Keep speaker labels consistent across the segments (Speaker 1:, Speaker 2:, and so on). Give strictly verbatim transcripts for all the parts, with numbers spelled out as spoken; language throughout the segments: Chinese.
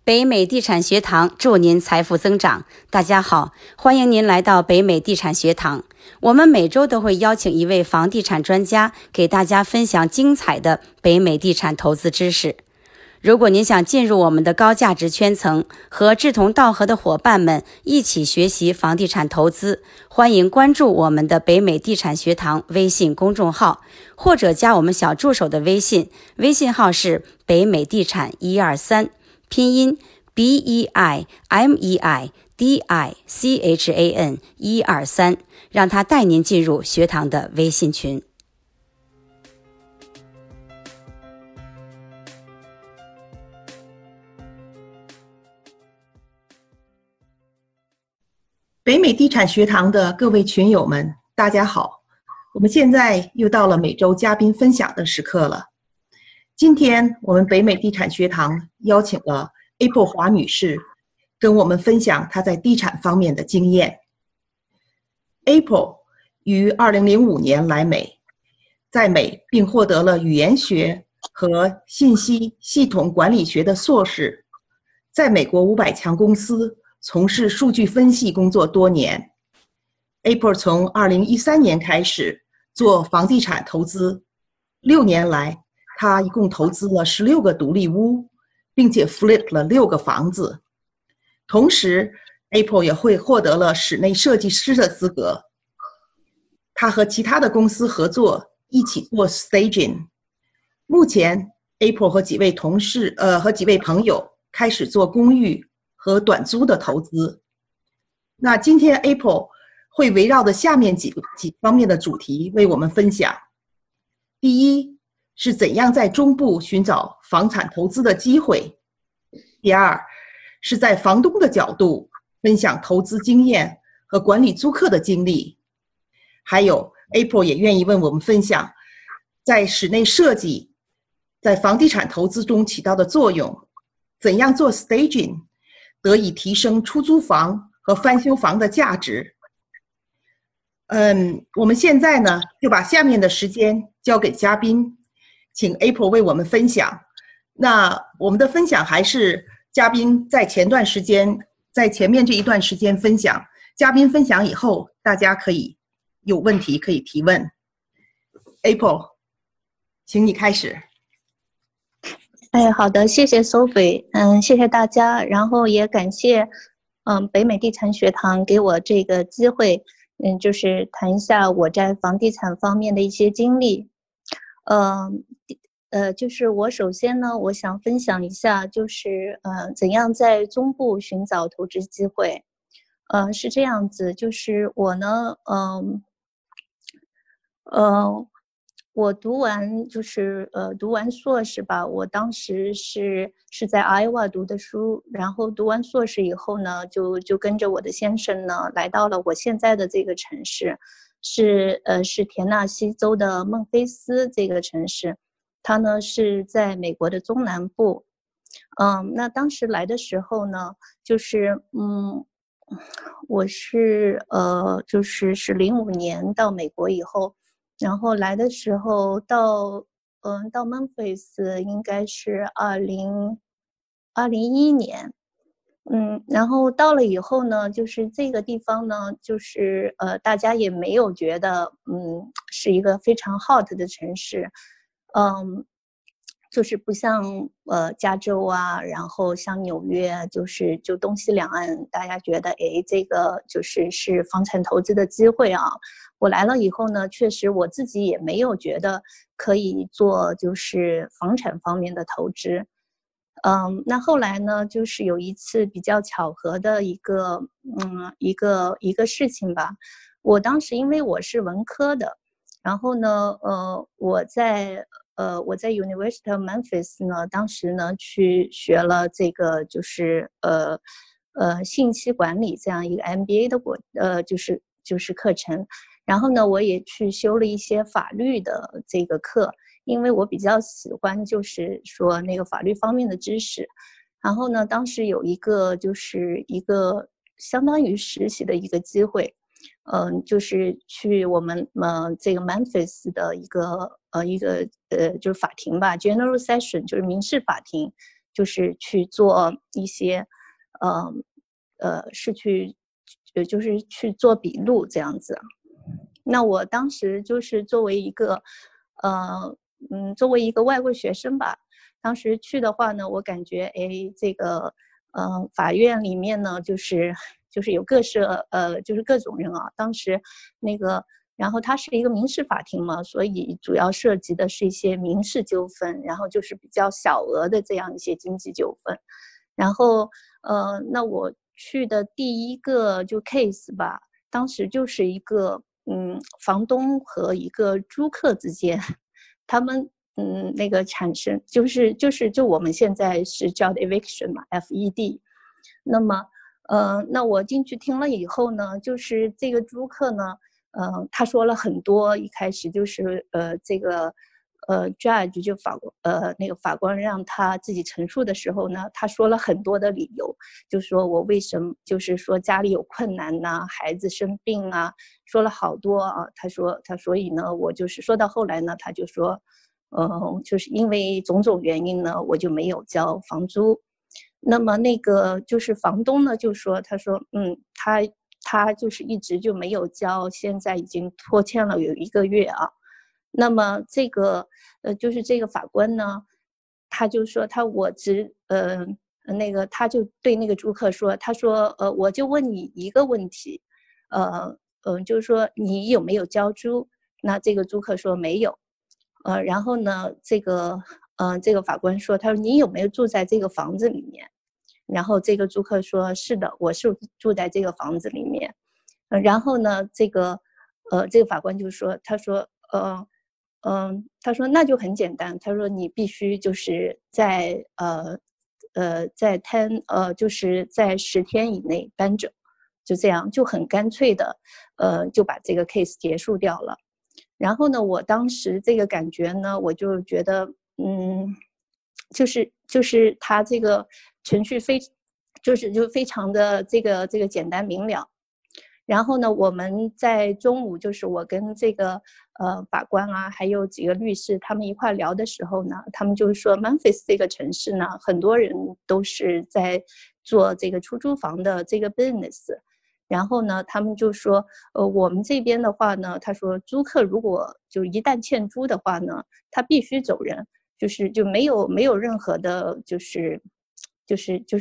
Speaker 1: 北美地产学堂祝您财富增长。大家好，欢迎您来到北美地产学堂。我们每周都会邀请一位房地产专家给大家分享精彩的北美地产投资知识。如果您想进入我们的高价值圈层，和志同道合的伙伴们一起学习房地产投资，欢迎关注我们的北美地产学堂微信公众号，或者加我们小助手的微信，微信号是北美地产一二三，拼音 B E I M E I D I C H A N 一二三，让他带您进入学堂的微信群。
Speaker 2: 北美地产学堂的各位群友们，大家好！我们现在又到了每周嘉宾分享的时刻了。今天我们北美地产学堂邀请了 April 华女士，跟我们分享她在地产方面的经验。April 于二零零五年来美，在美并获得了语言学和信息系统管理学的硕士，在美国五百强公司从事数据分析工作多年。 April 从二零一三年开始做房地产投资，六年来她一共投资了十六个独立屋，并且 flip 了六个房子。同时 April 也会获得了室内设计师的资格。她和其他的公司合作，一起做 staging。 目前 April 和几位同事呃和几位朋友开始做公寓和短租的投资。那今天 April 会围绕着下面几几方面的主题为我们分享。第一，是怎样在中部寻找房产投资的机会。第二，是在房东的角度分享投资经验和管理租客的经历。还有 April 也愿意为我们分享在室内设计在房地产投资中起到的作用，怎样做 staging得以提升出租房和翻修房的价值。嗯，我们现在呢就把下面的时间交给嘉宾，请 April 为我们分享。那我们的分享还是嘉宾在前段时间在前面这一段时间分享，嘉宾分享以后大家可以有问题可以提问。 April 请你开始。
Speaker 3: 哎，好的，谢谢 Sophie， 嗯，谢谢大家，然后也感谢，嗯，北美地产学堂给我这个机会，嗯，就是谈一下我在房地产方面的一些经历，嗯，呃，就是我首先呢，我想分享一下，就是呃，怎样在中部寻找投资机会，呃，是这样子，就是我呢，嗯，呃。我读完就是呃读完硕士吧，我当时是是在 Iowa 读的书，然后读完硕士以后呢，就就跟着我的先生呢来到了我现在的这个城市，是呃是田纳西州的孟菲斯这个城市，它呢是在美国的中南部。嗯，那当时来的时候呢，就是嗯，我是呃就是是零五年到美国以后。然后来的时候到，嗯，到 Memphis 应该是二零二零一一年，嗯，然后到了以后呢，就是这个地方呢，就是呃，大家也没有觉得，嗯，是一个非常 hot 的城市，嗯，就是不像呃加州啊，然后像纽约，就是就东西两岸，大家觉得，哎，这个就是是房产投资的机会啊。我来了以后呢，确实我自己也没有觉得可以做就是房产方面的投资。嗯，那后来呢，就是有一次比较巧合的一个嗯一个一个事情吧。我当时因为我是文科的，然后呢，呃，我在呃我在 University of Memphis 呢，当时呢去学了这个就是呃呃信息管理这样一个 M B A 的国呃就是就是课程。然后呢，我也去修了一些法律的这个课，因为我比较喜欢就是说那个法律方面的知识。然后呢，当时有一个就是一个相当于实习的一个机会，嗯、呃，就是去我们呃这个 Memphis 的一个呃一个呃就是法庭吧 ，General Session 就是民事法庭就是去做一些，呃呃，是去，呃，就是去做笔录这样子。那我当时就是作为一个，呃，嗯，作为一个外国学生吧，当时去的话呢，我感觉，哎，这个，呃，法院里面呢，就是就是有各式，呃，就是各种人啊。当时那个，然后它是一个民事法庭嘛，所以主要涉及的是一些民事纠纷，然后就是比较小额的这样一些经济纠纷。然后，呃，那我去的第一个就 case 吧，当时就是一个，嗯，房东和一个租客之间，他们，嗯，那个产生就是就是就我们现在是叫的 eviction 嘛 ，F E D。那么，呃，那我进去听了以后呢，就是这个租客呢，呃，他说了很多，一开始就是呃这个。呃，judge 就法呃那个法官让他自己陈述的时候呢，他说了很多的理由，就说我为什么就是说家里有困难呐、啊，孩子生病啊，说了好多啊。他说他所以呢，我就是说到后来呢，他就说，嗯、呃，就是因为种种原因呢，我就没有交房租。那么那个就是房东呢，就说他说嗯，他他就是一直就没有交，现在已经拖欠了有一个月啊。那么这个呃，就是这个法官呢，他就说他我只呃那个他就对那个租客说，他说呃我就问你一个问题，呃呃就是说你有没有交租？那这个租客说没有，呃然后呢这个呃这个法官说，他说你有没有住在这个房子里面？然后这个租客说是的，我是住在这个房子里面。呃然后呢这个呃这个法官就说，他说呃。嗯，他说那就很简单，他说你必须就是在呃呃在 ten 呃就是在十天以内搬走，就这样就很干脆的呃就把这个 case 结束掉了。然后呢，我当时这个感觉呢，我就觉得嗯，就是就是他这个程序非就是就非常的这个这个简单明了。然后呢，我们在中午，就是我跟这个呃法官啊，还有几个律师，他们一块聊的时候呢，他们就是说，Memphis 这个城市呢，很多人都是在做这个出租房的这个 business。然后呢，他们就说，呃，我们这边的话呢，他说租客如果就一旦欠租的话呢，他必须走人，就是就没有没有任何的，就是就是就是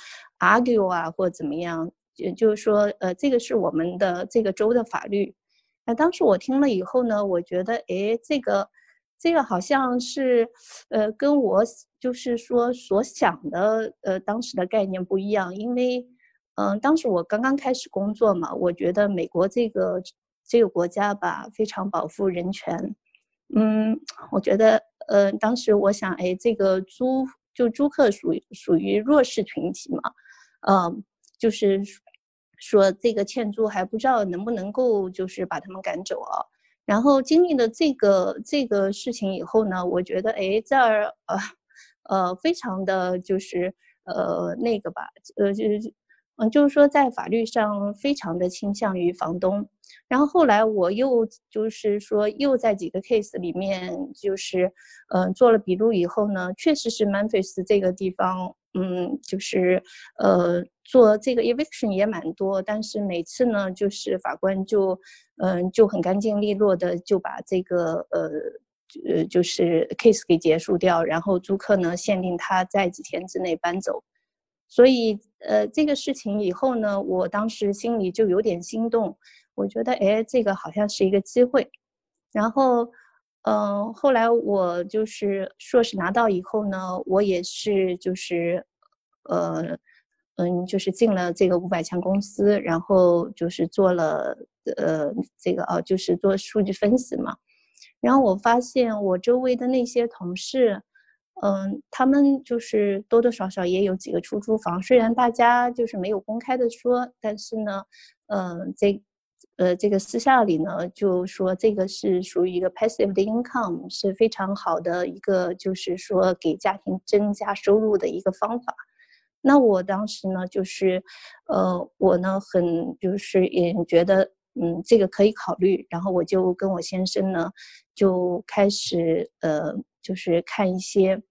Speaker 3: argue 啊或怎么样。也就是说，呃，这个是我们的这个州的法律。那当时我听了以后呢，我觉得，哎，这个，这个好像是，呃，跟我就是说所想的，呃，当时的概念不一样。因为，嗯、呃，当时我刚刚开始工作嘛，我觉得美国这个这个国家吧，非常保护人权。嗯，我觉得，呃，当时我想，哎，这个租就租客属于属于弱势群体嘛，嗯。就是说这个欠租还不知道能不能够就是把他们赶走啊。然后经历了这个这个事情以后呢，我觉得哎这儿呃呃非常的就是呃那个吧，呃就是嗯就是说在法律上非常的倾向于房东。然后后来我又就是说又在几个 case 里面就是嗯、呃、做了笔录以后呢，确实是 Memphis 这个地方嗯就是呃做这个 eviction 也蛮多，但是每次呢就是法官就嗯、呃、就很干净利落的就把这个呃呃就是 case 给结束掉，然后租客呢限定他在几天之内搬走。所以呃这个事情以后呢，我当时心里就有点心动，我觉得哎这个好像是一个机会。然后嗯、呃后来我就是硕士拿到以后呢，我也是就是呃嗯就是进了这个五百强公司，然后就是做了呃这个哦就是做数据分析嘛。然后我发现我周围的那些同事嗯，他们就是多多少少也有几个出租房，虽然大家就是没有公开的说，但是呢，嗯，这，呃，这个私下里呢，就说这个是属于一个 passive 的 income，是非常好的一个，就是说给家庭增加收入的一个方法。那我当时呢，就是，呃，我呢很就是也觉得，嗯，这个可以考虑，然后我就跟我先生呢，就开始呃，就是看一些。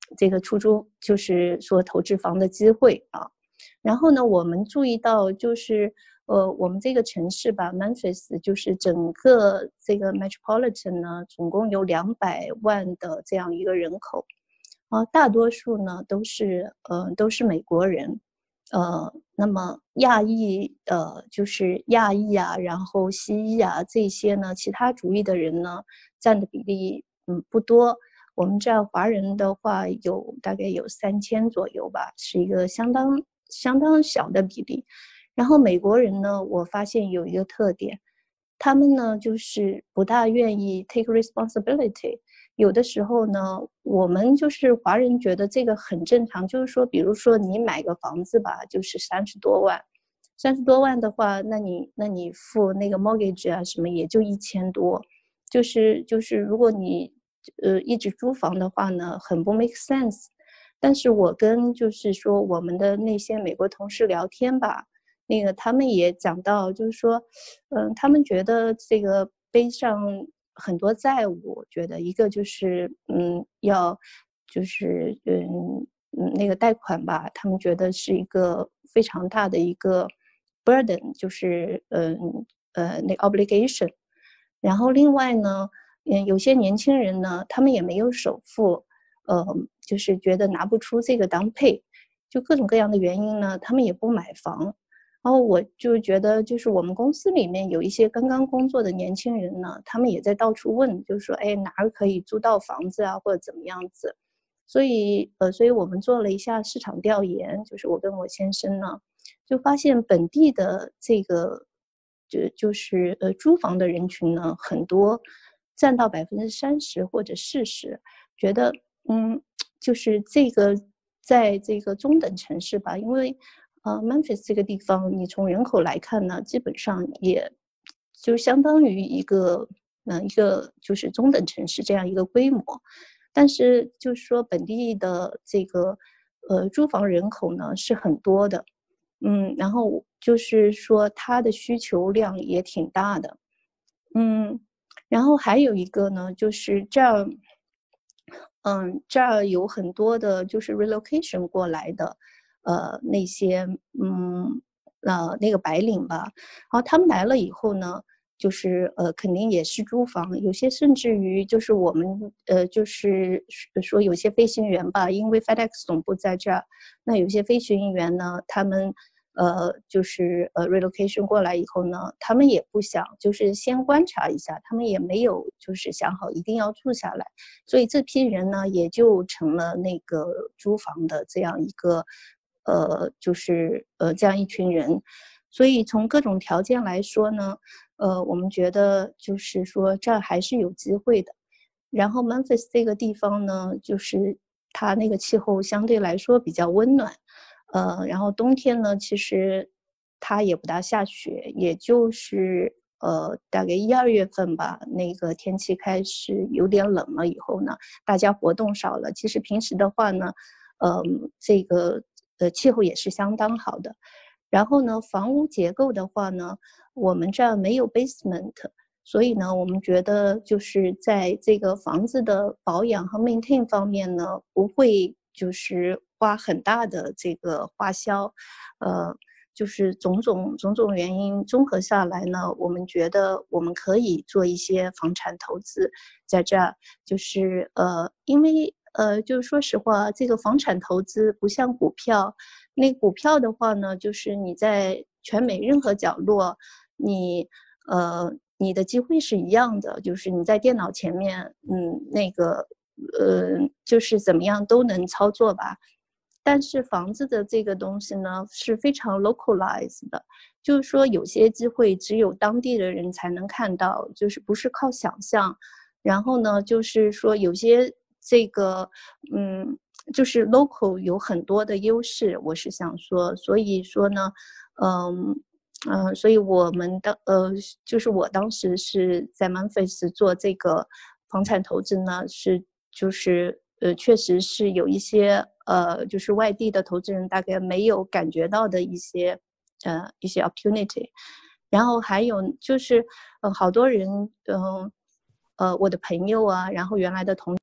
Speaker 3: 这个出租就是说投资房的机会啊。然后呢，我们注意到就是呃，我们这个城市吧 ，Memphis 就是整个这个 metropolitan 呢，总共有两百万的这样一个人口，啊，大多数呢都是呃都是美国人，呃，那么亚裔呃就是亚裔啊，然后西裔啊这些呢，其他族裔的人呢占的比例嗯不多。我们这儿华人的话有大概有三千左右吧，是一个相当相当小的比例。然后美国人呢，我发现有一个特点，他们呢就是不大愿意 take responsibility。有的时候呢，我们就是华人觉得这个很正常，就是说，比如说你买个房子吧，就是三十多万，三十多万的话，那你那你付那个 mortgage 啊什么也就一千多，就是就是如果你呃一直租房的话呢，很不 make sense。但是我跟就是说我们的那些美国同事聊天吧。那个他们也讲到，就是说，嗯，他们觉得这个背上很多债务，觉得一个就是，嗯，要就是嗯嗯那个贷款吧，他们觉得是一个非常大的一个 burden，就是嗯呃那个 obligation。然后另外呢，嗯，有些年轻人呢，他们也没有首付，呃，就是觉得拿不出这个当配，就各种各样的原因呢，他们也不买房。然后我就觉得，就是我们公司里面有一些刚刚工作的年轻人呢，他们也在到处问，就是说，哎，哪儿可以租到房子啊，或者怎么样子。所以，呃，所以我们做了一下市场调研，就是我跟我先生呢，就发现本地的这个，就就是呃租房的人群呢，很多占到百分之三十或者四十，觉得嗯，就是这个在这个中等城市吧，因为。呃 ，Memphis 这个地方，你从人口来看呢，基本上也就相当于一个，嗯、呃，一个就是中等城市这样一个规模。但是就是说本地的这个呃住房人口呢是很多的，嗯，然后就是说它的需求量也挺大的，嗯，然后还有一个呢，就是这儿，嗯，这儿有很多的就是 relocation 过来的。呃，那些嗯呃那个白领吧，然后他们来了以后呢，就是呃肯定也是租房，有些甚至于就是我们呃就是说有些飞行员吧，因为 FedEx 总部在这儿，那有些飞行员呢，他们呃就是呃 relocation 过来以后呢，他们也不想就是先观察一下，他们也没有就是想好一定要住下来，所以这批人呢也就成了那个租房的这样一个。呃，就是呃这样一群人，所以从各种条件来说呢，呃，我们觉得就是说这儿还是有机会的。然后 Memphis 这个地方呢，就是它那个气候相对来说比较温暖，呃，然后冬天呢，其实它也不大下雪，也就是呃大概一二月份吧，那个天气开始有点冷了以后呢，大家活动少了。其实平时的话呢，呃，这个。呃，气候也是相当好的。然后呢，房屋结构的话呢，我们这儿没有 basement， 所以呢，我们觉得就是在这个房子的保养和 maintain 方面呢，不会就是花很大的这个花销。呃，就是种种种种原因综合下来呢，我们觉得我们可以做一些房产投资在这儿，就是呃，因为。呃，就是说实话，这个房产投资不像股票，那股票的话呢，就是你在全美任何角落，你呃你的机会是一样的，就是你在电脑前面，嗯，那个呃就是怎么样都能操作吧。但是房子的这个东西呢是非常 localized 的，就是说有些机会只有当地的人才能看到，就是不是靠想象。然后呢，就是说有些。这个，嗯，就是 local 有很多的优势，我是想说，所以说呢，嗯，嗯、呃，所以我们的呃，就是我当时是在 Memphis 做这个房产投资呢，是就是呃，确实是有一些呃，就是外地的投资人大概没有感觉到的一些呃一些 opportunity， 然后还有就是呃，好多人嗯。呃，我的朋友啊，然后原来的同